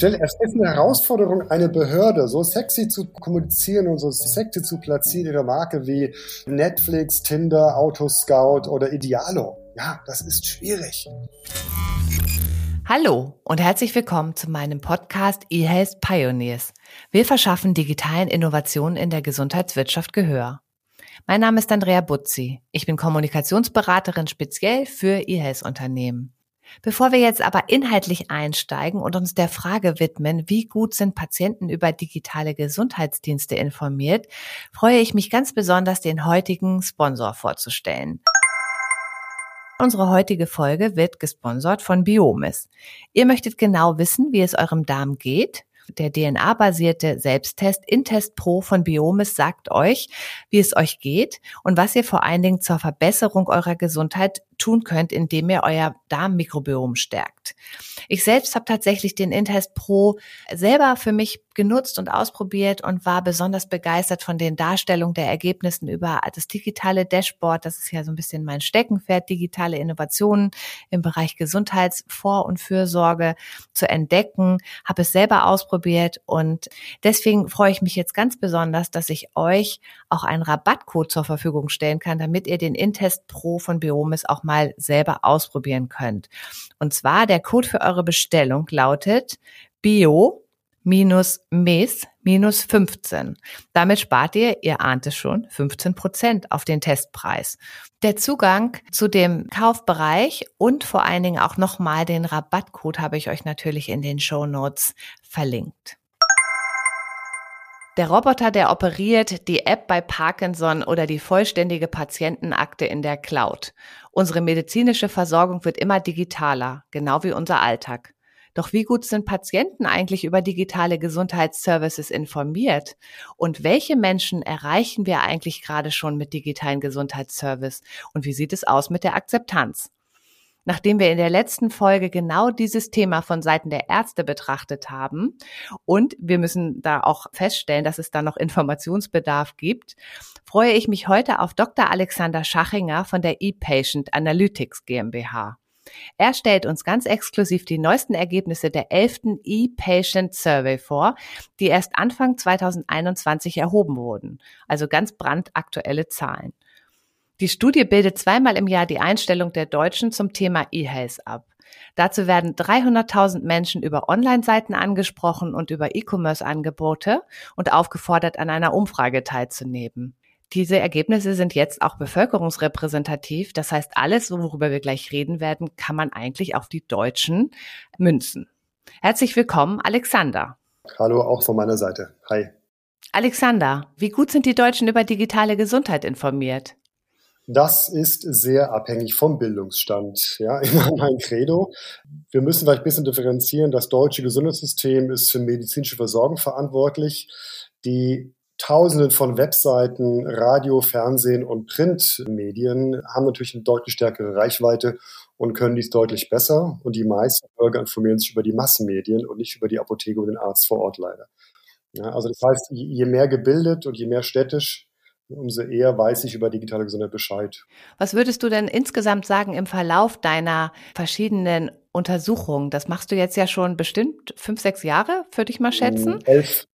Es ist eine Herausforderung, eine Behörde so sexy zu kommunizieren und so sexy zu platzieren, ihre Marke wie Netflix, Tinder, Autoscout oder Idealo. Ja, das ist schwierig. Hallo und herzlich willkommen zu meinem Podcast eHealth Pioneers. Wir verschaffen digitalen Innovationen in der Gesundheitswirtschaft Gehör. Mein Name ist Andrea Butzi. Ich bin Kommunikationsberaterin speziell für eHealth-Unternehmen. Bevor wir jetzt aber inhaltlich einsteigen und uns der Frage widmen, wie gut sind Patienten über digitale Gesundheitsdienste informiert, freue ich mich ganz besonders, den heutigen Sponsor vorzustellen. Unsere heutige Folge wird gesponsert von Biomis. Ihr möchtet genau wissen, wie es eurem Darm geht? Der DNA-basierte Selbsttest Intest Pro von Biomis sagt euch, wie es euch geht und was ihr vor allen Dingen zur Verbesserung eurer Gesundheit tun könnt, indem ihr euer Darmmikrobiom stärkt. Ich selbst habe tatsächlich den Intest Pro selber für mich genutzt und ausprobiert und war besonders begeistert von den Darstellungen der Ergebnissen über das digitale Dashboard. Das ist ja so ein bisschen mein Steckenpferd, digitale Innovationen im Bereich Gesundheitsvor- und Fürsorge zu entdecken. Habe es selber ausprobiert und deswegen freue ich mich jetzt ganz besonders, dass ich euch auch einen Rabattcode zur Verfügung stellen kann, damit ihr den Intest Pro von Biomis auch mal selber ausprobieren könnt. Und zwar der Code für eure Bestellung lautet BIO-MES-15. Damit spart ihr ahnt es schon, 15% auf den Testpreis. Der Zugang zu dem Kaufbereich und vor allen Dingen auch nochmal den Rabattcode habe ich euch natürlich in den Shownotes verlinkt. Der Roboter, der operiert, die App bei Parkinson oder die vollständige Patientenakte in der Cloud. Unsere medizinische Versorgung wird immer digitaler, genau wie unser Alltag. Doch wie gut sind Patienten eigentlich über digitale Gesundheitsservices informiert? Und welche Menschen erreichen wir eigentlich gerade schon mit digitalen Gesundheitsservice? Und wie sieht es aus mit der Akzeptanz? Nachdem wir in der letzten Folge genau dieses Thema von Seiten der Ärzte betrachtet haben und wir müssen da auch feststellen, dass es da noch Informationsbedarf gibt, freue ich mich heute auf Dr. Alexander Schachinger von der ePatient Analytics GmbH. Er stellt uns ganz exklusiv die neuesten Ergebnisse der 11. ePatient Survey vor, die erst Anfang 2021 erhoben wurden, also ganz brandaktuelle Zahlen. Die Studie bildet zweimal im Jahr die Einstellung der Deutschen zum Thema eHealth ab. Dazu werden 300.000 Menschen über Online-Seiten angesprochen und über E-Commerce-Angebote und aufgefordert, an einer Umfrage teilzunehmen. Diese Ergebnisse sind jetzt auch bevölkerungsrepräsentativ. Das heißt, alles, worüber wir gleich reden werden, kann man eigentlich auf die Deutschen münzen. Herzlich willkommen, Alexander. Hallo, auch von meiner Seite. Hi. Alexander, wie gut sind die Deutschen über digitale Gesundheit informiert? Das ist sehr abhängig vom Bildungsstand. Ja, immer mein Credo. Wir müssen vielleicht ein bisschen differenzieren. Das deutsche Gesundheitssystem ist für medizinische Versorgung verantwortlich. Die Tausenden von Webseiten, Radio, Fernsehen und Printmedien haben natürlich eine deutlich stärkere Reichweite und können dies deutlich besser. Und die meisten Bürger informieren sich über die Massenmedien und nicht über die Apotheke und den Arzt vor Ort leider. Ja, also das heißt, je mehr gebildet und je mehr städtisch, umso eher weiß ich über digitale Gesundheit Bescheid. Was würdest du denn insgesamt sagen im Verlauf deiner verschiedenen Untersuchungen? Das machst du jetzt ja schon bestimmt 5, 6 Jahre, würde ich mal schätzen. 11.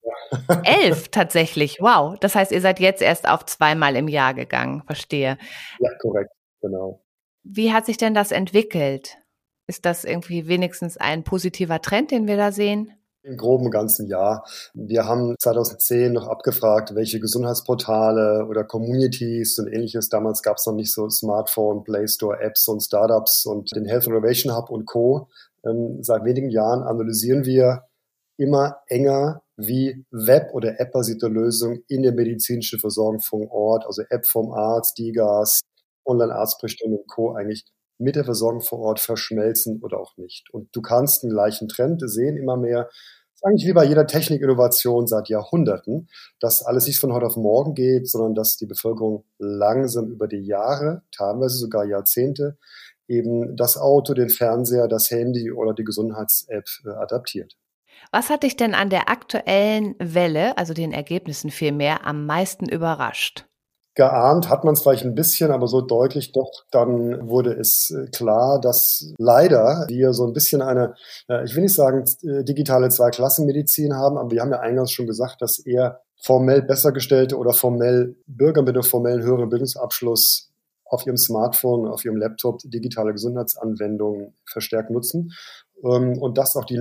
11 tatsächlich, wow. Das heißt, ihr seid jetzt erst auf 2-mal im Jahr gegangen, verstehe. Ja, korrekt, genau. Wie hat sich denn das entwickelt? Ist das irgendwie wenigstens ein positiver Trend, den wir da sehen? Im groben ganzen Jahr. Wir haben 2010 noch abgefragt, welche Gesundheitsportale oder Communities und ähnliches. Damals gab es noch nicht so Smartphone, Play Store, Apps und Startups und den Health Innovation Hub und Co. Seit wenigen Jahren analysieren wir immer enger, wie Web- oder App-basierte Lösungen in der medizinischen Versorgung vor Ort, also App vom Arzt, DiGAS, Online-Arztbestimmen und Co. eigentlich mit der Versorgung vor Ort verschmelzen oder auch nicht. Und du kannst den gleichen Trend sehen, immer mehr. Das ist eigentlich wie bei jeder Technikinnovation seit Jahrhunderten, dass alles nicht von heute auf morgen geht, sondern dass die Bevölkerung langsam über die Jahre, teilweise sogar Jahrzehnte, eben das Auto, den Fernseher, das Handy oder die Gesundheits-App adaptiert. Was hat dich denn an der aktuellen Welle, also den Ergebnissen vielmehr, am meisten überrascht? Geahnt hat man es vielleicht ein bisschen, aber so deutlich doch, dann wurde es klar, dass leider wir so ein bisschen eine, ich will nicht sagen, digitale Zweiklassenmedizin haben, aber wir haben ja eingangs schon gesagt, dass eher formell besser gestellte oder formell Bürger mit einem formellen höheren Bildungsabschluss auf ihrem Smartphone, auf ihrem Laptop digitale Gesundheitsanwendungen verstärkt nutzen, und dass auch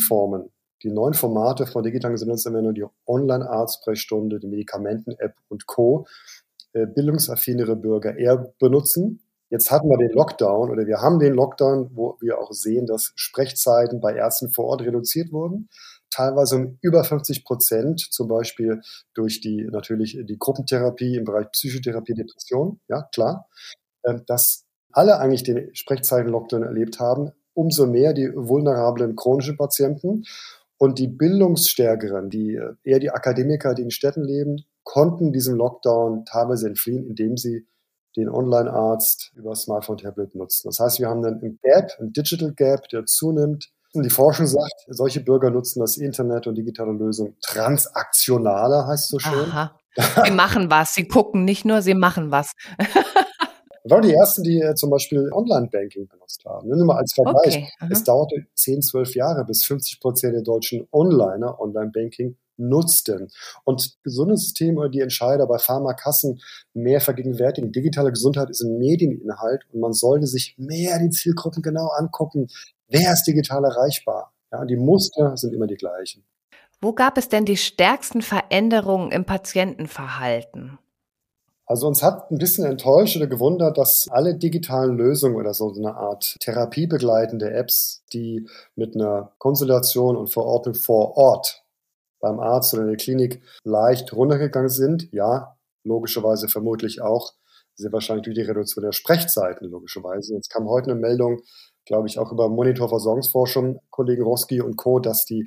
die neuen Formate von digitalen Gesundheitsanwendungen, die Online-Arztsprechstunde, die Medikamenten-App und Co., bildungsaffinere Bürger eher benutzen. Jetzt hatten wir den Lockdown oder wir haben den Lockdown, wo wir auch sehen, dass Sprechzeiten bei Ärzten vor Ort reduziert wurden, teilweise um über 50%, zum Beispiel durch natürlich die Gruppentherapie im Bereich Psychotherapie, Depression, ja klar, dass alle eigentlich den Sprechzeiten-Lockdown erlebt haben, umso mehr die vulnerablen chronischen Patienten. Und die Bildungsstärkeren, eher die Akademiker, die in Städten leben, konnten diesem Lockdown teilweise entfliehen, indem sie den Online-Arzt über Smartphone-Tablet nutzen. Das heißt, wir haben dann ein Digital Gap, der zunimmt. Und die Forschung sagt, solche Bürger nutzen das Internet und digitale Lösungen transaktionaler, heißt es so schön. Aha. Sie machen was. Sie gucken nicht nur, sie machen was. Wir waren die Ersten, die zum Beispiel Online-Banking benutzt haben. Nur mal als Vergleich. Okay. Es dauerte 10, 12 Jahre, bis 50% der deutschen Onliner Online-Banking nutzten. Und gesunde Systeme oder die Entscheider bei Pharmakassen mehr vergegenwärtigen. Digitale Gesundheit ist ein Medieninhalt und man sollte sich mehr die Zielgruppen genau angucken. Wer ist digital erreichbar? Ja, die Muster sind immer die gleichen. Wo gab es denn die stärksten Veränderungen im Patientenverhalten? Also uns hat ein bisschen enttäuscht oder gewundert, dass alle digitalen Lösungen oder so eine Art therapiebegleitende Apps, die mit einer Konsultation und Verordnung vor Ort beim Arzt oder in der Klinik leicht runtergegangen sind. Ja, logischerweise vermutlich auch sehr wahrscheinlich durch die Reduktion der Sprechzeiten, logischerweise. Jetzt kam heute eine Meldung, glaube ich, auch über Monitorversorgungsforschung, Kollegen Roski und Co., dass die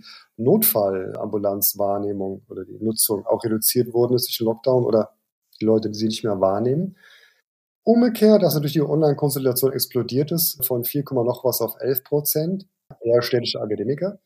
Notfallambulanzwahrnehmung oder die Nutzung auch reduziert worden ist durch den Lockdown oder die Leute, die sie nicht mehr wahrnehmen. Umgekehrt, dass natürlich die Online-Konsultation explodiert ist, von 4, noch was auf 11%, eher städtische Akademiker.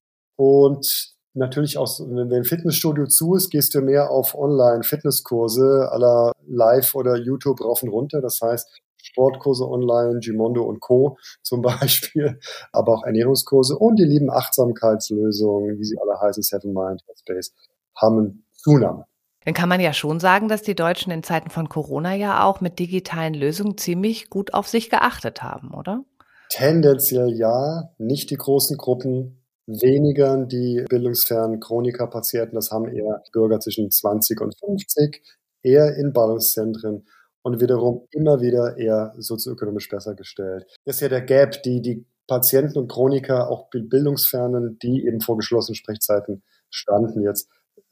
Und natürlich auch, wenn ein Fitnessstudio zu ist, gehst du mehr auf Online-Fitnesskurse à la Live oder YouTube rauf und runter. Das heißt, Sportkurse online, Gimondo und Co. zum Beispiel, aber auch Ernährungskurse und die lieben Achtsamkeitslösungen, wie sie alle heißen, Seven Mind, Headspace, haben eine Zunahme. Dann kann man ja schon sagen, dass die Deutschen in Zeiten von Corona ja auch mit digitalen Lösungen ziemlich gut auf sich geachtet haben, oder? Tendenziell ja, nicht die großen Gruppen, weniger die bildungsfernen Chronikerpatienten, das haben eher Bürger zwischen 20 und 50, eher in Ballungszentren und wiederum immer wieder eher sozioökonomisch besser gestellt. Das ist ja der Gap, die Patienten und Chroniker, auch Bildungsfernen, die eben vor geschlossenen Sprechzeiten standen jetzt,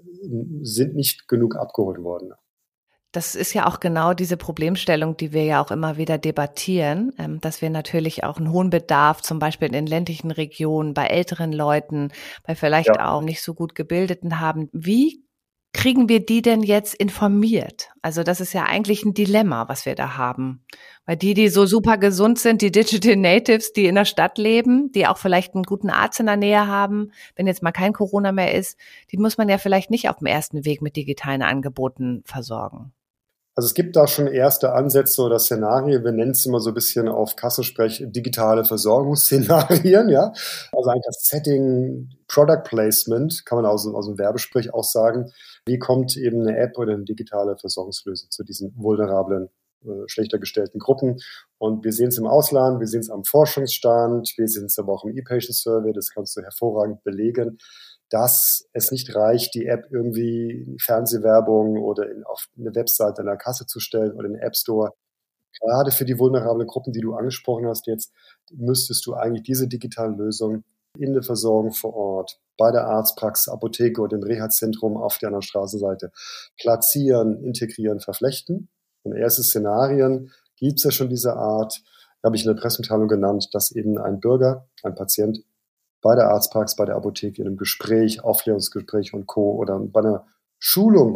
sind nicht genug abgeholt worden. Das ist ja auch genau diese Problemstellung, die wir ja auch immer wieder debattieren, dass wir natürlich auch einen hohen Bedarf, zum Beispiel in den ländlichen Regionen, bei älteren Leuten, bei vielleicht Ja. auch nicht so gut Gebildeten haben. Wie kriegen wir die denn jetzt informiert? Also das ist ja eigentlich ein Dilemma, was wir da haben. Weil die so super gesund sind, die Digital Natives, die in der Stadt leben, die auch vielleicht einen guten Arzt in der Nähe haben, wenn jetzt mal kein Corona mehr ist, die muss man ja vielleicht nicht auf dem ersten Weg mit digitalen Angeboten versorgen. Also es gibt da schon erste Ansätze oder Szenarien. Wir nennen es immer so ein bisschen auf Kassensprech digitale Versorgungsszenarien, ja. Also eigentlich das Setting, Product Placement, kann man aus dem Werbesprech auch sagen. Wie kommt eben eine App oder eine digitale Versorgungslösung zu diesen vulnerablen, schlechter gestellten Gruppen? Und wir sehen es im Ausland, wir sehen es am Forschungsstand, wir sehen es aber auch im E-Patient Survey, das kannst du hervorragend belegen, dass es nicht reicht, die App irgendwie in Fernsehwerbung oder auf eine Webseite an der Kasse zu stellen oder in den App Store. Gerade für die vulnerablen Gruppen, die du angesprochen hast jetzt, müsstest du eigentlich diese digitalen Lösungen in der Versorgung vor Ort, bei der Arztpraxis, Apotheke oder im Reha-Zentrum auf der anderen Straßenseite platzieren, integrieren, verflechten. Und erste Szenarien gibt es ja schon dieser Art, habe ich in der Pressemitteilung genannt, dass eben ein Bürger, ein Patient bei der Arztpraxis, bei der Apotheke, in einem Gespräch, Aufklärungsgespräch und Co. oder bei einer Schulung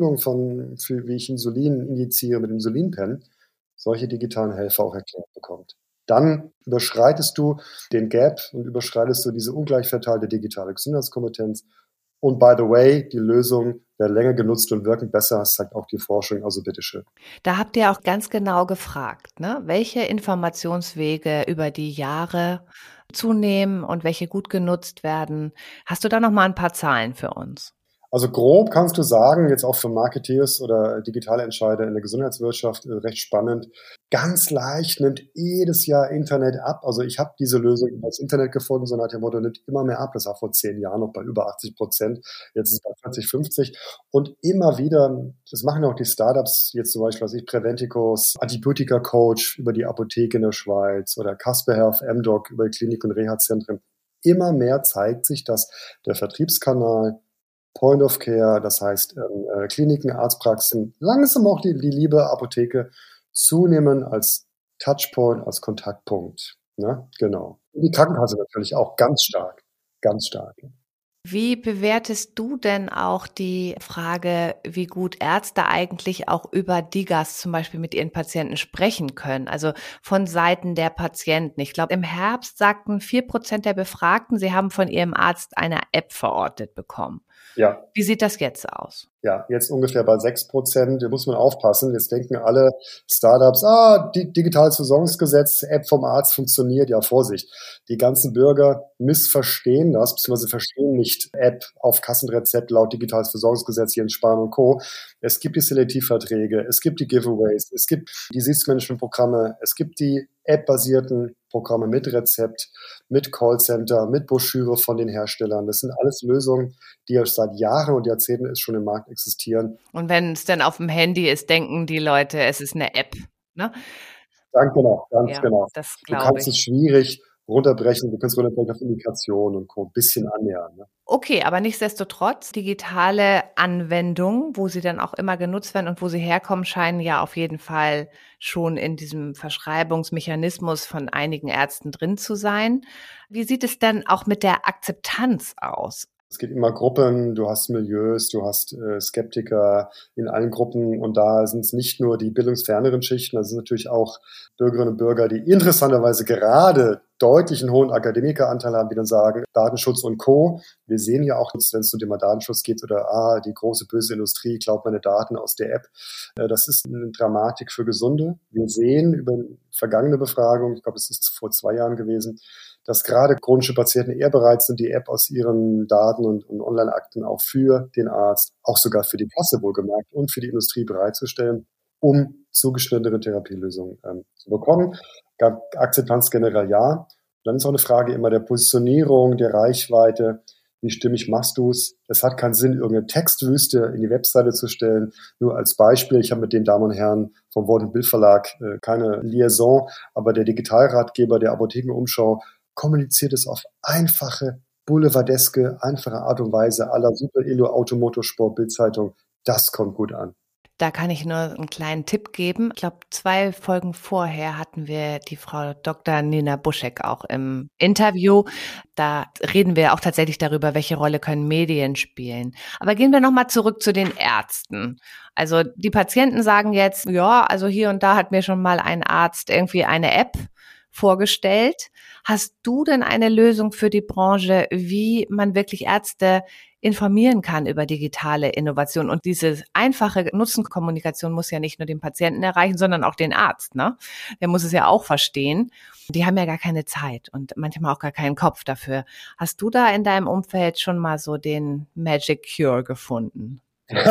wie ich Insulin injiziere mit dem Insulinpen, solche digitalen Helfer auch erklärt bekommt. Dann überschreitest du den Gap und überschreitest du diese ungleich verteilte digitale Gesundheitskompetenz Und by the way, die Lösung werden länger genutzt und wirken besser, das zeigt auch die Forschung, also bitteschön. Da habt ihr auch ganz genau gefragt, ne? Welche Informationswege über die Jahre zunehmen und welche gut genutzt werden. Hast du da noch mal ein paar Zahlen für uns? Also grob kannst du sagen, jetzt auch für Marketeers oder digitale Entscheider in der Gesundheitswirtschaft, recht spannend. Ganz leicht nimmt jedes Jahr Internet ab. Also ich habe diese Lösung über das Internet gefunden, so nach dem Motto, nimmt immer mehr ab. Das war vor 10 Jahren noch bei über 80%. Jetzt ist es bei 40, 50. Und immer wieder, das machen auch die Startups, jetzt zum Beispiel, was ich, Preventicos, Antibiotika Coach über die Apotheke in der Schweiz oder Casper Health, MDoc über die Klinik- und Reha-Zentren. Immer mehr zeigt sich, dass der Vertriebskanal Point of Care, das heißt Kliniken, Arztpraxen, langsam auch die liebe Apotheke zunehmen als Touchpoint, als Kontaktpunkt. Ne? Genau. Und die Krankenkasse natürlich auch ganz stark, ganz stark. Wie bewertest du denn auch die Frage, wie gut Ärzte eigentlich auch über DiGAS zum Beispiel mit ihren Patienten sprechen können? Also von Seiten der Patienten. Ich glaube, im Herbst sagten 4% der Befragten, sie haben von ihrem Arzt eine App verordnet bekommen. Ja. Wie sieht das jetzt aus? Ja, jetzt ungefähr bei 6%. Da muss man aufpassen. Jetzt denken alle Startups, digitales Versorgungsgesetz, App vom Arzt funktioniert. Ja, Vorsicht. Die ganzen Bürger missverstehen das, beziehungsweise verstehen nicht App auf Kassenrezept laut digitales Versorgungsgesetz, Jens Spahn und Co. Es gibt die Selektivverträge, es gibt die Giveaways, es gibt die Disease-Management-Programme, es gibt die App-basierten Programme mit Rezept, mit Callcenter, mit Broschüre von den Herstellern. Das sind alles Lösungen, die ja seit Jahren und Jahrzehnten ist schon im Markt existieren. Und wenn es dann auf dem Handy ist, denken die Leute, es ist eine App, ne? Ganz genau, ganz Ja, genau. das Du glaube kannst es ich. schwierig runterbrechen, du kannst runterbrechen auf Indikation und Co. Ein bisschen annähern. Ne? Okay, aber nichtsdestotrotz, digitale Anwendungen, wo sie dann auch immer genutzt werden und wo sie herkommen, scheinen ja auf jeden Fall schon in diesem Verschreibungsmechanismus von einigen Ärzten drin zu sein. Wie sieht es denn auch mit der Akzeptanz aus? Es gibt immer Gruppen, du hast Milieus, du hast Skeptiker in allen Gruppen und da sind es nicht nur die bildungsferneren Schichten, das sind natürlich auch Bürgerinnen und Bürger, die interessanterweise gerade deutlich einen hohen Akademikeranteil haben, die dann sagen, Datenschutz und Co. Wir sehen ja auch, wenn es zum Thema Datenschutz geht oder die große böse Industrie klaut meine Daten aus der App. Das ist eine Dramatik für Gesunde. Wir sehen über vergangene Befragung, ich glaube, es ist vor 2 Jahren gewesen, dass gerade chronische Patienten eher bereit sind, die App aus ihren Daten und Online-Akten auch für den Arzt, auch sogar für die Kasse wohlgemerkt und für die Industrie bereitzustellen, um zugeschnittene Therapielösungen zu bekommen. Akzeptanz generell ja. Und dann ist auch eine Frage immer der Positionierung, der Reichweite. Wie stimmig machst du es? Es hat keinen Sinn, irgendeine Textwüste in die Webseite zu stellen. Nur als Beispiel, ich habe mit den Damen und Herren vom Wort- und Bildverlag keine Liaison, aber der Digitalratgeber der Apothekenumschau kommuniziert es auf einfache, boulevardeske, einfache Art und Weise à la Super Elo Automotorsport Bildzeitung. Das kommt gut an. Da kann ich nur einen kleinen Tipp geben. Ich glaube, 2 Folgen vorher hatten wir die Frau Dr. Nina Buschek auch im Interview. Da reden wir auch tatsächlich darüber, welche Rolle können Medien spielen. Aber gehen wir noch mal zurück zu den Ärzten. Also die Patienten sagen jetzt, ja, also hier und da hat mir schon mal ein Arzt irgendwie eine App vorgestellt. Hast du denn eine Lösung für die Branche, wie man wirklich Ärzte informieren kann über digitale Innovation? Und diese einfache Nutzenkommunikation muss ja nicht nur den Patienten erreichen, sondern auch den Arzt, ne? Der muss es ja auch verstehen. Die haben ja gar keine Zeit und manchmal auch gar keinen Kopf dafür. Hast du da in deinem Umfeld schon mal so den Magic Cure gefunden?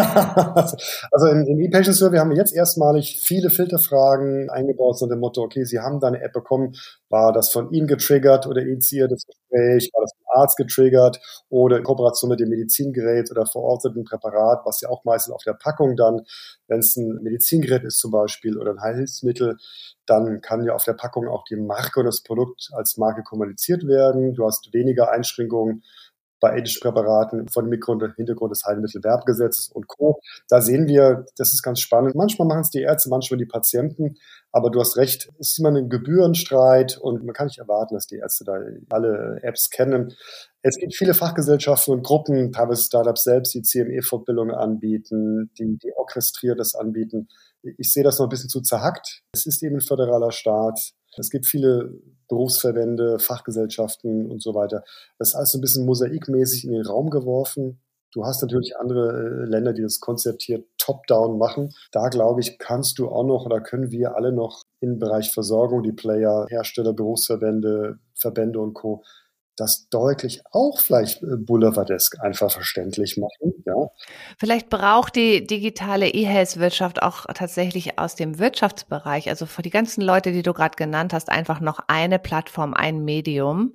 Also im E-Patient Survey haben wir jetzt erstmalig viele Filterfragen eingebaut, so dem Motto, okay, Sie haben da eine App bekommen, war das von Ihnen getriggert oder initiiert das Gespräch, war das vom Arzt getriggert oder in Kooperation mit dem Medizingerät oder verorteten Präparat, was ja auch meistens auf der Packung dann, wenn es ein Medizingerät ist zum Beispiel oder ein Heilhilfsmittel, dann kann ja auf der Packung auch die Marke oder das Produkt als Marke kommuniziert werden. Du hast weniger Einschränkungen bei ethischen Präparaten von dem Hintergrund des Heilmittelwerbgesetzes und Co. Da sehen wir, das ist ganz spannend. Manchmal machen es die Ärzte, manchmal die Patienten. Aber du hast recht, es ist immer ein Gebührenstreit und man kann nicht erwarten, dass die Ärzte da alle Apps kennen. Es gibt viele Fachgesellschaften und Gruppen, teilweise Startups selbst, die CME-Fortbildungen anbieten, die orchestriert das anbieten. Ich sehe das noch ein bisschen zu zerhackt. Es ist eben ein föderaler Staat. Es gibt viele Berufsverbände, Fachgesellschaften und so weiter. Das ist alles so ein bisschen mosaikmäßig in den Raum geworfen. Du hast natürlich andere Länder, die das konzeptiert top-down machen. Da, glaube ich, kannst du auch noch oder können wir alle noch im Bereich Versorgung, die Player, Hersteller, Berufsverbände, Verbände und Co., das deutlich auch vielleicht boulevardesk einfach verständlich machen. Ja. Vielleicht braucht die digitale E-Health-Wirtschaft auch tatsächlich aus dem Wirtschaftsbereich, also für die ganzen Leute, die du gerade genannt hast, einfach noch eine Plattform, ein Medium,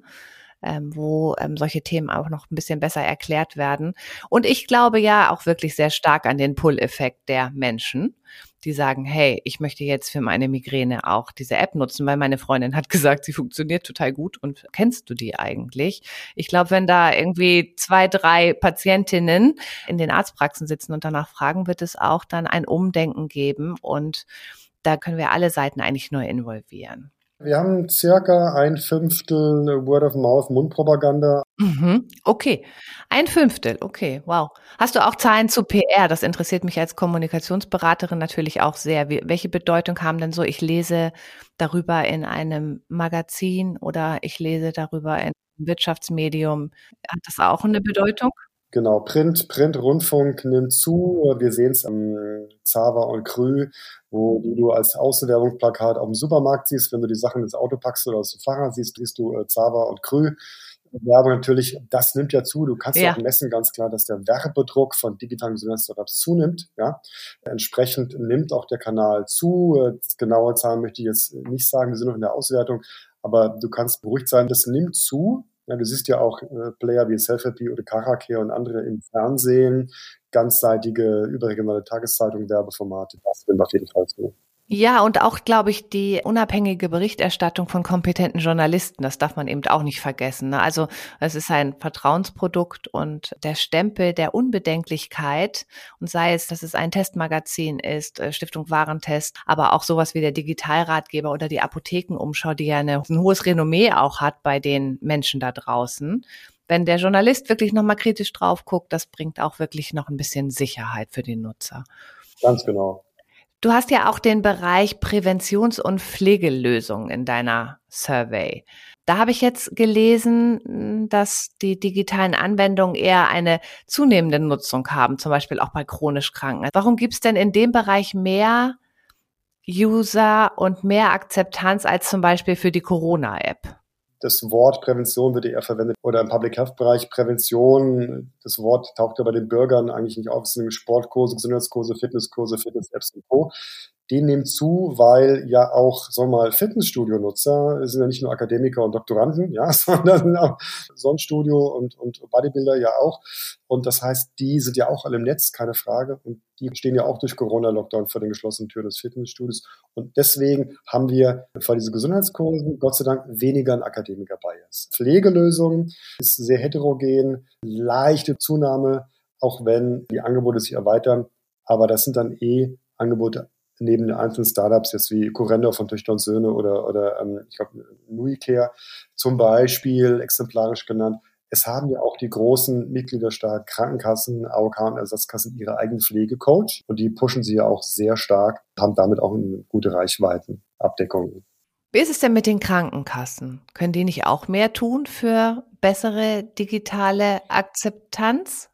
wo solche Themen auch noch ein bisschen besser erklärt werden. Und ich glaube ja auch wirklich sehr stark an den Pull-Effekt der Menschen, die sagen, hey, ich möchte jetzt für meine Migräne auch diese App nutzen, weil meine Freundin hat gesagt, sie funktioniert total gut. Und kennst du die eigentlich? Ich glaube, wenn da irgendwie 2, 3 Patientinnen in den Arztpraxen sitzen und danach fragen, wird es auch dann ein Umdenken geben. Und da können wir alle Seiten eigentlich nur involvieren. Wir haben circa 1/5 Word-of-Mouth-Mundpropaganda. Okay, 1/5, okay, wow. Hast du auch Zahlen zu PR? Das interessiert mich als Kommunikationsberaterin natürlich auch sehr. Welche Bedeutung haben denn so, ich lese darüber in einem Magazin oder ich lese darüber in einem Wirtschaftsmedium. Hat das auch eine Bedeutung? Genau, Print, Rundfunk nimmt zu. Wir sehen es am Zava und Krü, wo du als Außenwerbungsplakat auf dem Supermarkt siehst. Wenn du die Sachen ins Auto packst oder aus dem Fahrrad siehst, siehst du Zava und Krü. Werbung natürlich, das nimmt ja zu. Du kannst ja auch messen, ganz klar, dass der Werbedruck von digitalen Gesundheitsstartups zunimmt. Ja. Entsprechend nimmt auch der Kanal zu. Genaue Zahlen möchte ich jetzt nicht sagen, wir sind noch in der Auswertung, aber du kannst beruhigt sein, das nimmt zu. Ja, du siehst ja auch Player wie Selfie oder Caracare und andere im Fernsehen, ganzseitige, überregionale Tageszeitungen, Werbeformate, das nimmt auf jeden Fall zu. Ja, und auch, glaube ich, die unabhängige Berichterstattung von kompetenten Journalisten, das darf man eben auch nicht vergessen. Ne? Also es ist ein Vertrauensprodukt und der Stempel der Unbedenklichkeit, und sei es, dass es ein Testmagazin ist, Stiftung Warentest, aber auch sowas wie der Digitalratgeber oder die Apothekenumschau, die ja ein hohes Renommee auch hat bei den Menschen da draußen. Wenn der Journalist wirklich nochmal kritisch drauf guckt, das bringt auch wirklich noch ein bisschen Sicherheit für den Nutzer. Ganz genau. Du hast ja auch den Bereich Präventions- und Pflegelösungen in deiner Survey. Da habe ich jetzt gelesen, dass die digitalen Anwendungen eher eine zunehmende Nutzung haben, zum Beispiel auch bei chronisch Kranken. Warum gibt es denn in dem Bereich mehr User und mehr Akzeptanz als zum Beispiel für die Corona-App? Das Wort Prävention wird eher verwendet oder im Public Health Bereich Prävention. Das Wort taucht ja bei den Bürgern eigentlich nicht auf. Es sind Sportkurse, Gesundheitskurse, Fitness-Apps und Co. Die nehmen zu, weil ja auch, sagen wir mal, Fitnessstudio-Nutzer sind ja nicht nur Akademiker und Doktoranden, ja, sondern auch Sonnenstudio und Bodybuilder ja auch. Und das heißt, die sind ja auch alle im Netz, keine Frage. Und die stehen ja auch durch Corona-Lockdown vor den geschlossenen Türen des Fitnessstudios. Und deswegen haben wir vor diesen Gesundheitskursen, Gott sei Dank, weniger ein Akademiker-Bias. Pflegelösungen ist sehr heterogen, leichte Zunahme, auch wenn die Angebote sich erweitern. Aber das sind dann Angebote neben den einzelnen Startups, jetzt wie Currendo von Töchter und Söhne oder ich glaube, NuiCare zum Beispiel, exemplarisch genannt. Es haben ja auch die großen mitgliederstarken Krankenkassen, AOK und Ersatzkassen ihre eigenen Pflegecoach und die pushen sie ja auch sehr stark, haben damit auch eine gute Reichweitenabdeckung. Wie ist es denn mit den Krankenkassen? Können die nicht auch mehr tun für bessere digitale Akzeptanz?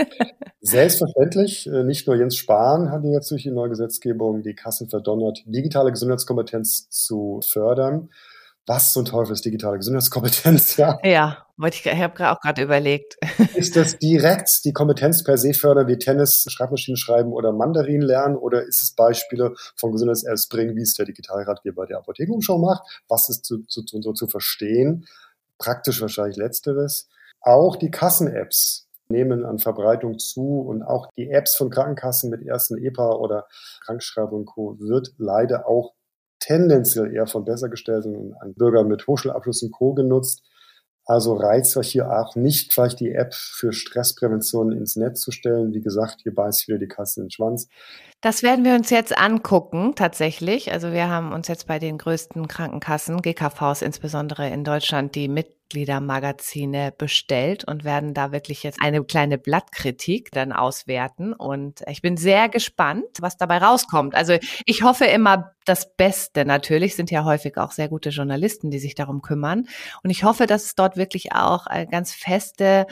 Selbstverständlich. Nicht nur Jens Spahn hat jetzt durch die neue Gesetzgebung die Kassen verdonnert, digitale Gesundheitskompetenz zu fördern. Was zum Teufel ist digitale Gesundheitskompetenz? Ja, ich habe auch gerade überlegt. Ist das direkt die Kompetenz per se fördern, wie Tennis, Schreibmaschinen schreiben oder Mandarin lernen? Oder ist es Beispiele von Gesundheits-Apps bringen, wie es der Digitalratgeber der Apothekenumschau macht? Was ist zu verstehen? Praktisch wahrscheinlich Letzteres. Auch die Kassen-Apps nehmen an Verbreitung zu und auch die Apps von Krankenkassen mit ersten EPA oder Krankschreibung und Co. wird leider auch tendenziell eher von besser gestellten an Bürgern mit Hochschulabschluss und Co. genutzt. Also reizt euch hier auch nicht gleich die App für Stressprävention ins Netz zu stellen. Wie gesagt, hier beißt wieder die Katze in den Schwanz. Das werden wir uns jetzt angucken, tatsächlich. Also wir haben uns jetzt bei den größten Krankenkassen, GKVs insbesondere in Deutschland, die Mitgliedermagazine bestellt und werden da wirklich jetzt eine kleine Blattkritik dann auswerten. Und ich bin sehr gespannt, was dabei rauskommt. Also ich hoffe immer das Beste. Natürlich sind ja häufig auch sehr gute Journalisten, die sich darum kümmern. Und ich hoffe, dass es dort wirklich auch ganz feste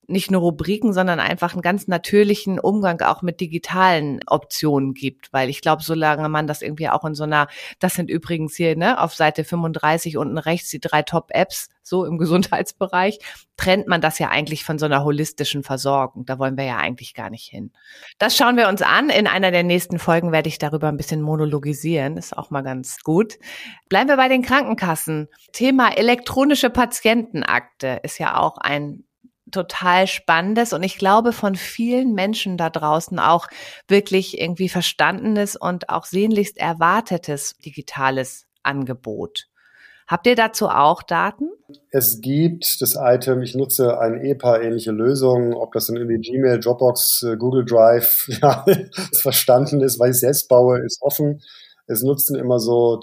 nicht nur Rubriken, sondern einfach einen ganz natürlichen Umgang auch mit digitalen Optionen gibt. Weil ich glaube, solange man das irgendwie auch in so einer, das sind übrigens hier, ne, auf Seite 35 unten rechts die 3 Top-Apps, so im Gesundheitsbereich, trennt man das ja eigentlich von so einer holistischen Versorgung. Da wollen wir ja eigentlich gar nicht hin. Das schauen wir uns an. In einer der nächsten Folgen werde ich darüber ein bisschen monologisieren. Ist auch mal ganz gut. Bleiben wir bei den Krankenkassen. Thema elektronische Patientenakte ist ja auch ein total spannendes und ich glaube von vielen Menschen da draußen auch wirklich irgendwie verstandenes und auch sehnlichst erwartetes digitales Angebot. Habt ihr dazu auch Daten? Es gibt das Item, ich nutze eine EPA-ähnliche Lösung, ob das in irgendwie Gmail, Dropbox, Google Drive, ja, verstanden ist, weil ich selbst baue, ist offen. Es nutzen immer so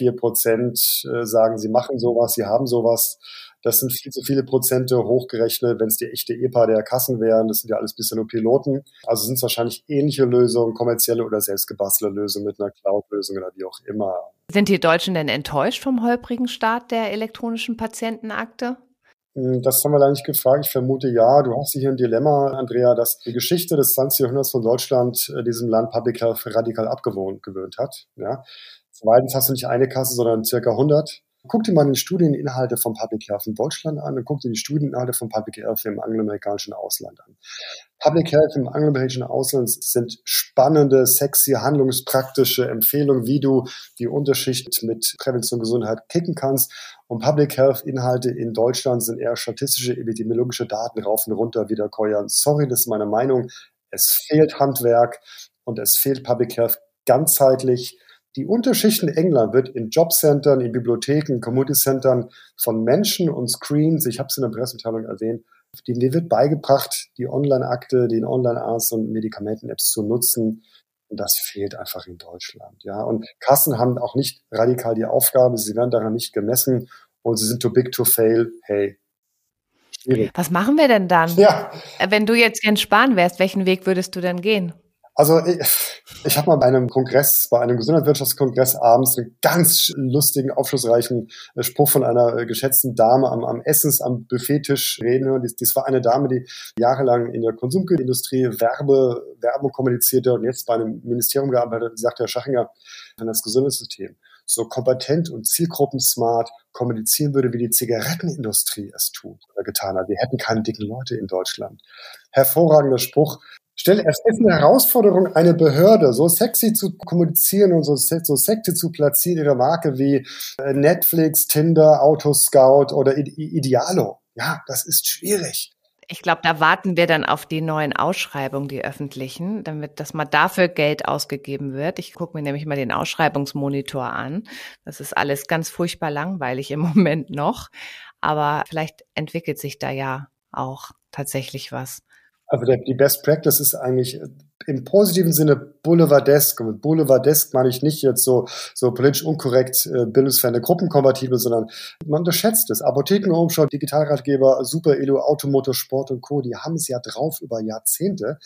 3-4%, sagen, sie machen sowas, sie haben sowas. Das sind viel zu viele Prozente hochgerechnet, wenn es die echte EPA der Kassen wären. Das sind ja alles bisher nur Piloten. Also sind es wahrscheinlich ähnliche Lösungen, kommerzielle oder selbstgebastelte Lösungen mit einer Cloud-Lösung oder wie auch immer. Sind die Deutschen denn enttäuscht vom holprigen Start der elektronischen Patientenakte? Das haben wir da nicht gefragt. Ich vermute ja. Du hast hier ein Dilemma, Andrea, dass die Geschichte des 20. Jahrhunderts von Deutschland diesem Land Public Health radikal gewöhnt hat. Ja. Zweitens hast du nicht eine Kasse, sondern circa 100. Guck dir mal die Studieninhalte von Public Health in Deutschland an und guck dir die Studieninhalte von Public Health im angloamerikanischen Ausland an. Public Health im angloamerikanischen Ausland sind spannende, sexy, handlungspraktische Empfehlungen, wie du die Unterschicht mit Prävention und Gesundheit kicken kannst. Und Public Health Inhalte in Deutschland sind eher statistische, epidemiologische Daten rauf und runter wiederkäuern. Sorry, das ist meine Meinung. Es fehlt Handwerk und es fehlt Public Health ganzheitlich. Die Unterschicht in England wird in Jobcentern, in Bibliotheken, Community-Centern von Menschen und Screens, ich habe es in der Pressemitteilung erwähnt, denen wird beigebracht, die Online-Akte, den Online-Arzt und Medikamenten-Apps zu nutzen. Und das fehlt einfach in Deutschland. Ja. Und Kassen haben auch nicht radikal die Aufgabe, sie werden daran nicht gemessen und sie sind too big to fail. Hey, schwierig. Was machen wir denn dann? Ja. Wenn du jetzt Jens Spahn wärst, welchen Weg würdest du denn gehen? Also ich habe mal bei einem Kongress, bei einem Gesundheitswirtschaftskongress abends einen ganz lustigen, aufschlussreichen Spruch von einer geschätzten Dame am am Buffettisch reden hören. Dies war eine Dame, die jahrelang in der Konsumgüterindustrie Werbung kommunizierte und jetzt bei einem Ministerium gearbeitet hat. Die sagte, Herr Schachinger, wenn das Gesundheitssystem so kompetent und zielgruppensmart kommunizieren würde, wie die Zigarettenindustrie es tut oder getan hat. Wir hätten keine dicken Leute in Deutschland. Hervorragender Spruch. Es ist eine Herausforderung, eine Behörde so sexy zu kommunizieren und so sexy zu platzieren, ihre Marke wie Netflix, Tinder, Autoscout oder Idealo. Ja, das ist schwierig. Ich glaube, da warten wir dann auf die neuen Ausschreibungen, die öffentlichen, damit dass mal dafür Geld ausgegeben wird. Ich gucke mir nämlich mal den Ausschreibungsmonitor an. Das ist alles ganz furchtbar langweilig im Moment noch. Aber vielleicht entwickelt sich da ja auch tatsächlich was. Also die Best Practice ist eigentlich im positiven Sinne boulevardesk. Und mit boulevardesk meine ich nicht jetzt so politisch unkorrekt, bildungsferne Gruppenkompatibel, sondern man unterschätzt es. Apothekenumschau, Digitalratgeber, Super Elo, Automotor, Sport und Co., die haben es ja drauf über Jahrzehnte,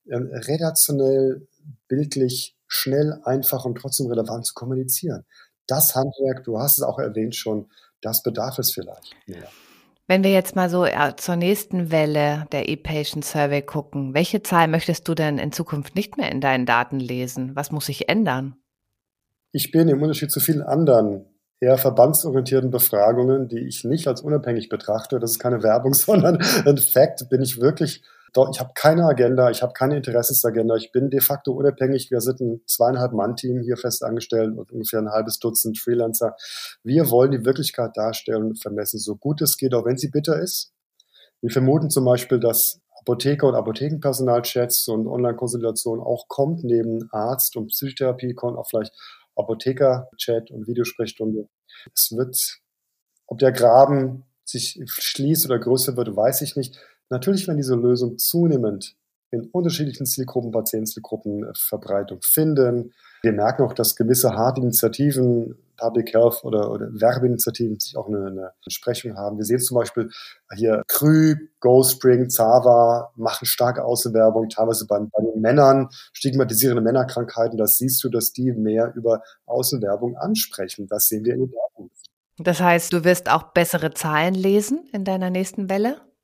redaktionell, bildlich, schnell, einfach und trotzdem relevant zu kommunizieren. Das Handwerk, du hast es auch erwähnt schon, das bedarf es vielleicht mehr. Wenn wir jetzt mal so zur nächsten Welle der ePatient Survey gucken, welche Zahl möchtest du denn in Zukunft nicht mehr in deinen Daten lesen? Was muss sich ändern? Ich bin im Unterschied zu vielen anderen eher verbandsorientierten Befragungen, die ich nicht als unabhängig betrachte, das ist keine Werbung, sondern ein Fact, bin ich wirklich, doch, ich habe keine Agenda, ich habe keine Interessensagenda, ich bin de facto unabhängig. Wir sind ein 2,5-Mann-Team hier fest angestellt und ungefähr ein halbes Dutzend Freelancer. Wir wollen die Wirklichkeit darstellen und vermessen, so gut es geht, auch wenn sie bitter ist. Wir vermuten zum Beispiel, dass Apotheker und Apothekenpersonalchats und Online-Konsultation auch kommt, neben Arzt und Psychotherapie kommt auch vielleicht Apotheker-Chat und Videosprechstunde. Es wird, ob der Graben sich schließt oder größer wird, weiß ich nicht. Natürlich werden diese Lösungen zunehmend in unterschiedlichen Zielgruppen, Patientenzielgruppen Verbreitung finden. Wir merken auch, dass gewisse harte Initiativen, Public Health oder Werbeinitiativen sich auch eine Entsprechung haben. Wir sehen zum Beispiel hier Krü, GoSpring, Zava machen starke Außenwerbung, teilweise bei den Männern, stigmatisierende Männerkrankheiten. Das siehst du, dass die mehr über Außenwerbung ansprechen. Das sehen wir in den Daten. Das heißt, du wirst auch bessere Zahlen lesen in deiner nächsten Welle?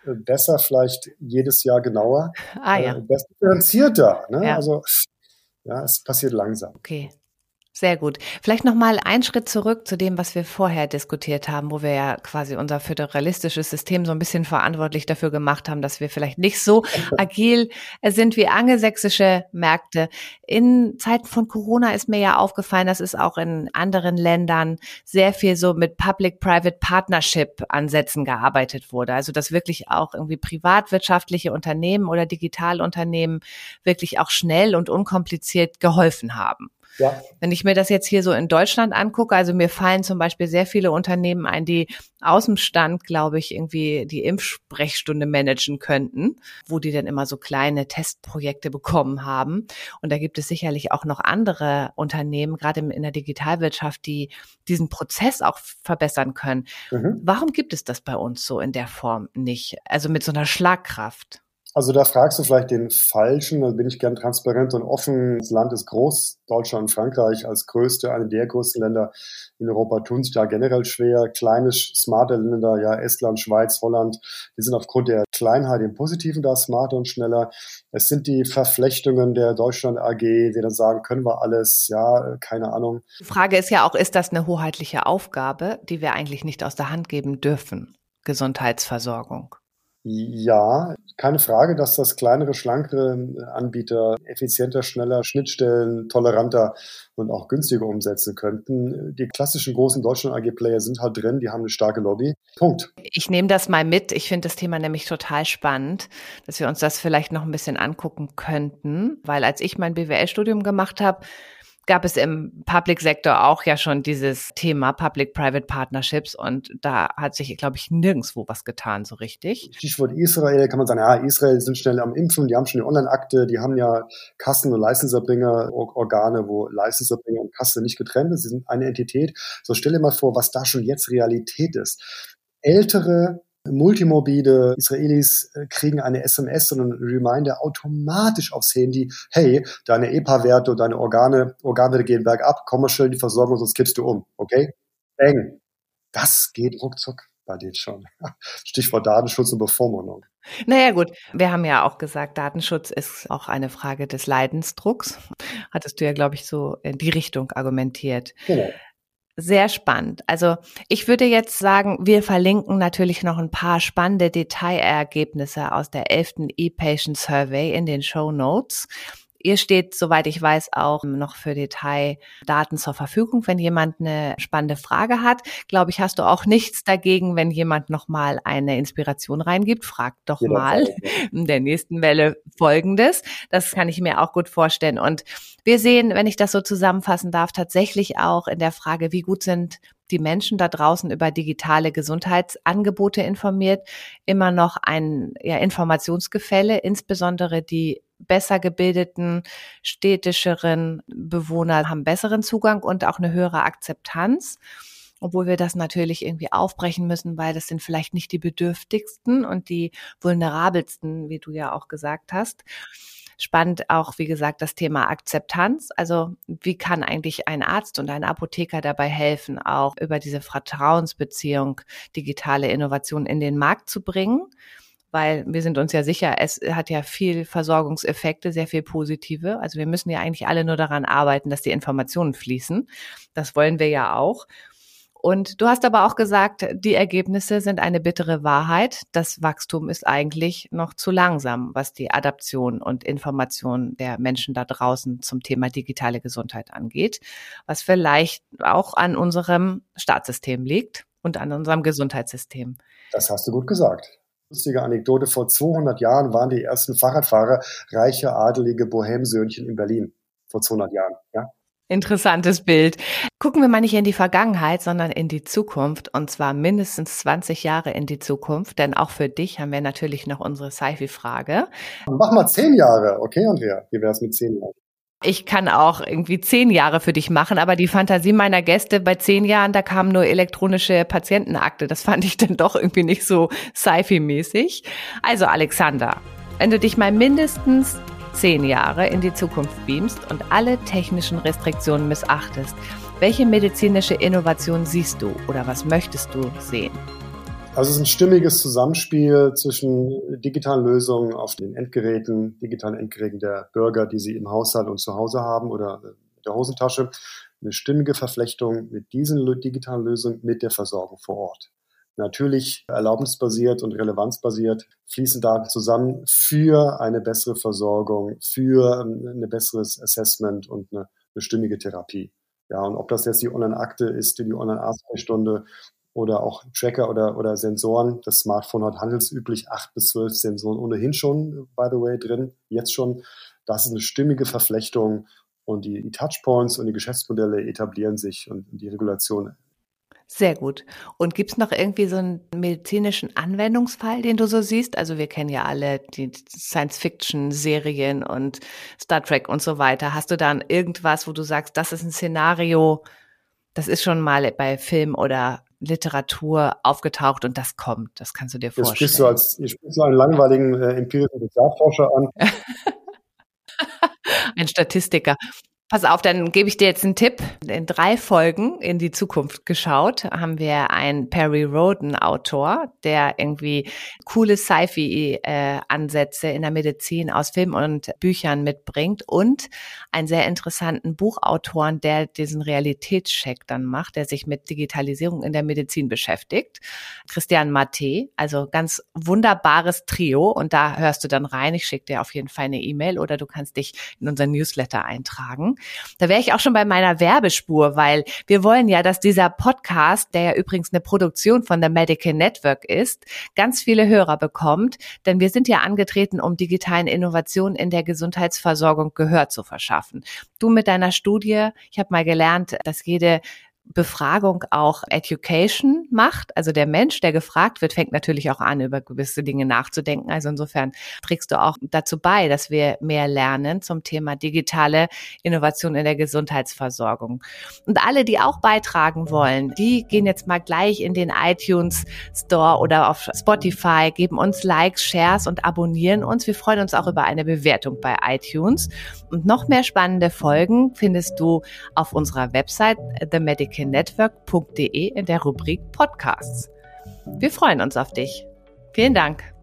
besser, vielleicht jedes Jahr genauer, Ja. besser differenzierter. Ne? Ja. Also ja, es passiert langsam. Okay. Sehr gut. Vielleicht nochmal einen Schritt zurück zu dem, was wir vorher diskutiert haben, wo wir ja quasi unser föderalistisches System so ein bisschen verantwortlich dafür gemacht haben, dass wir vielleicht nicht so agil sind wie angelsächsische Märkte. In Zeiten von Corona ist mir ja aufgefallen, dass es auch in anderen Ländern sehr viel so mit Public-Private Partnership-Ansätzen gearbeitet wurde. Also dass wirklich auch irgendwie privatwirtschaftliche Unternehmen oder Digitalunternehmen wirklich auch schnell und unkompliziert geholfen haben. Ja. Wenn ich mir das jetzt hier so in Deutschland angucke, also mir fallen zum Beispiel sehr viele Unternehmen ein, die aus dem Stand, glaube ich, irgendwie die Impfsprechstunde managen könnten, wo die dann immer so kleine Testprojekte bekommen haben. Und da gibt es sicherlich auch noch andere Unternehmen, gerade in der Digitalwirtschaft, die diesen Prozess auch verbessern können. Warum gibt es das bei uns so in der Form nicht? Also mit so einer Schlagkraft? Also da fragst du vielleicht den Falschen, da bin ich gern transparent und offen. Das Land ist groß, Deutschland und Frankreich als eine der größten Länder in Europa tun sich da generell schwer. Kleine, smarte Länder, ja, Estland, Schweiz, Holland, die sind aufgrund der Kleinheit im Positiven da smarter und schneller. Es sind die Verflechtungen der Deutschland AG, die dann sagen, können wir alles, ja, keine Ahnung. Die Frage ist ja auch, ist das eine hoheitliche Aufgabe, die wir eigentlich nicht aus der Hand geben dürfen? Gesundheitsversorgung. Ja, keine Frage, dass das kleinere, schlankere Anbieter effizienter, schneller, Schnittstellen, toleranter und auch günstiger umsetzen könnten. Die klassischen großen Deutschland-AG-Player sind halt drin, die haben eine starke Lobby. Punkt. Ich nehme das mal mit. Ich finde das Thema nämlich total spannend, dass wir uns das vielleicht noch ein bisschen angucken könnten, weil als ich mein BWL-Studium gemacht habe, gab es im Public-Sektor auch ja schon dieses Thema Public-Private Partnerships und da hat sich, glaube ich, nirgendwo was getan so richtig. Stichwort Israel, kann man sagen, ja, Israel sind schnell am Impfen, die haben schon die Online-Akte, die haben ja Kassen- und Leistungserbringer-Organe, wo Leistungserbringer und Kasse nicht getrennt sind, sie sind eine Entität. So stell dir mal vor, was da schon jetzt Realität ist. Ältere multimorbide Israelis kriegen eine SMS und einen Reminder automatisch aufs Handy. Hey, deine EPA-Werte und deine Organwerte gehen bergab, komm mal schnell in die Versorgung, sonst kippst du um. Okay? Bang. Das geht ruckzuck bei denen schon. Stichwort Datenschutz und Bevormundung. Naja gut, wir haben ja auch gesagt, Datenschutz ist auch eine Frage des Leidensdrucks. Hattest du ja, glaube ich, so in die Richtung argumentiert. Genau. Sehr spannend. Also ich würde jetzt sagen, wir verlinken natürlich noch ein paar spannende Detailergebnisse aus der 11. E-Patient Survey in den Shownotes. Ihr steht, soweit ich weiß, auch noch für Detaildaten zur Verfügung. Wenn jemand eine spannende Frage hat, glaube ich, hast du auch nichts dagegen, wenn jemand nochmal eine Inspiration reingibt. Frag doch mal in der nächsten Welle Folgendes. Das kann ich mir auch gut vorstellen. Und wir sehen, wenn ich das so zusammenfassen darf, tatsächlich auch in der Frage, wie gut sind die Menschen da draußen über digitale Gesundheitsangebote informiert, immer noch ein Informationsgefälle, insbesondere die besser gebildeten, städtischeren Bewohner haben besseren Zugang und auch eine höhere Akzeptanz, obwohl wir das natürlich irgendwie aufbrechen müssen, weil das sind vielleicht nicht die bedürftigsten und die vulnerabelsten, wie du ja auch gesagt hast. Spannend auch, wie gesagt, das Thema Akzeptanz. Also wie kann eigentlich ein Arzt und ein Apotheker dabei helfen, auch über diese Vertrauensbeziehung digitale Innovationen in den Markt zu bringen? Weil wir sind uns ja sicher, es hat ja viel Versorgungseffekte, sehr viel positive. Also wir müssen ja eigentlich alle nur daran arbeiten, dass die Informationen fließen. Das wollen wir ja auch. Und du hast aber auch gesagt, die Ergebnisse sind eine bittere Wahrheit. Das Wachstum ist eigentlich noch zu langsam, was die Adaption und Information der Menschen da draußen zum Thema digitale Gesundheit angeht, was vielleicht auch an unserem Staatssystem liegt und an unserem Gesundheitssystem. Das hast du gut gesagt. Lustige Anekdote, vor 200 Jahren waren die ersten Fahrradfahrer reiche, adelige Bohemsöhnchen in Berlin. Vor 200 Jahren, ja. Interessantes Bild. Gucken wir mal nicht in die Vergangenheit, sondern in die Zukunft, und zwar mindestens 20 Jahre in die Zukunft, denn auch für dich haben wir natürlich noch unsere Sci-Fi-Frage. Mach mal 10 Jahre, okay, Andrea? Wie wär's mit 10 Jahren? Ich kann auch irgendwie 10 Jahre für dich machen, aber die Fantasie meiner Gäste bei 10 Jahren, da kam nur elektronische Patientenakte. Das fand ich dann doch irgendwie nicht so Sci-Fi-mäßig. Also Alexander, wenn du dich mal mindestens 10 Jahre in die Zukunft beamst und alle technischen Restriktionen missachtest, welche medizinische Innovation siehst du oder was möchtest du sehen? Also es ist ein stimmiges Zusammenspiel zwischen digitalen Lösungen auf den digitalen Endgeräten der Bürger, die sie im Haushalt und zu Hause haben oder in der Hosentasche. Eine stimmige Verflechtung mit diesen digitalen Lösungen mit der Versorgung vor Ort. Natürlich erlaubnisbasiert und relevanzbasiert fließen Daten zusammen für eine bessere Versorgung, für ein besseres Assessment und eine stimmige Therapie. Ja, und ob das jetzt die Online-Akte ist, die Online-Arztsprechstunde oder auch Tracker oder Sensoren. Das Smartphone hat handelsüblich 8 bis 12 Sensoren ohnehin schon, by the way, drin, jetzt schon. Das ist eine stimmige Verflechtung und die Touchpoints und die Geschäftsmodelle etablieren sich und die Regulation. Sehr gut. Und gibt's noch irgendwie so einen medizinischen Anwendungsfall, den du so siehst? Also wir kennen ja alle die Science-Fiction-Serien und Star Trek und so weiter. Hast du dann irgendwas, wo du sagst, das ist ein Szenario, das ist schon mal bei Film oder Literatur aufgetaucht und das kommt, das kannst du dir vorstellen. Ihr sprichst so einen langweiligen empirischen Sozialforscher an. Ein Statistiker. Pass auf, dann gebe ich dir jetzt einen Tipp. In 3 Folgen in die Zukunft geschaut haben wir einen Perry Rhodan-Autor, der irgendwie coole Sci-Fi-Ansätze in der Medizin aus Filmen und Büchern mitbringt und einen sehr interessanten Buchautoren, der diesen Realitätscheck dann macht, der sich mit Digitalisierung in der Medizin beschäftigt. Christian Maté, also ganz wunderbares Trio und da hörst du dann rein. Ich schicke dir auf jeden Fall eine E-Mail oder du kannst dich in unseren Newsletter eintragen. Da wäre ich auch schon bei meiner Werbespur, weil wir wollen ja, dass dieser Podcast, der ja übrigens eine Produktion von The Medical Network ist, ganz viele Hörer bekommt, denn wir sind ja angetreten, um digitalen Innovationen in der Gesundheitsversorgung Gehör zu verschaffen. Du mit deiner Studie, ich habe mal gelernt, dass jede Befragung auch Education macht. Also der Mensch, der gefragt wird, fängt natürlich auch an, über gewisse Dinge nachzudenken. Also insofern trägst du auch dazu bei, dass wir mehr lernen zum Thema digitale Innovation in der Gesundheitsversorgung. Und alle, die auch beitragen wollen, die gehen jetzt mal gleich in den iTunes Store oder auf Spotify, geben uns Likes, Shares und abonnieren uns. Wir freuen uns auch über eine Bewertung bei iTunes. Und noch mehr spannende Folgen findest du auf unserer Website themedicalnetwork.de in der Rubrik Podcasts. Wir freuen uns auf dich. Vielen Dank.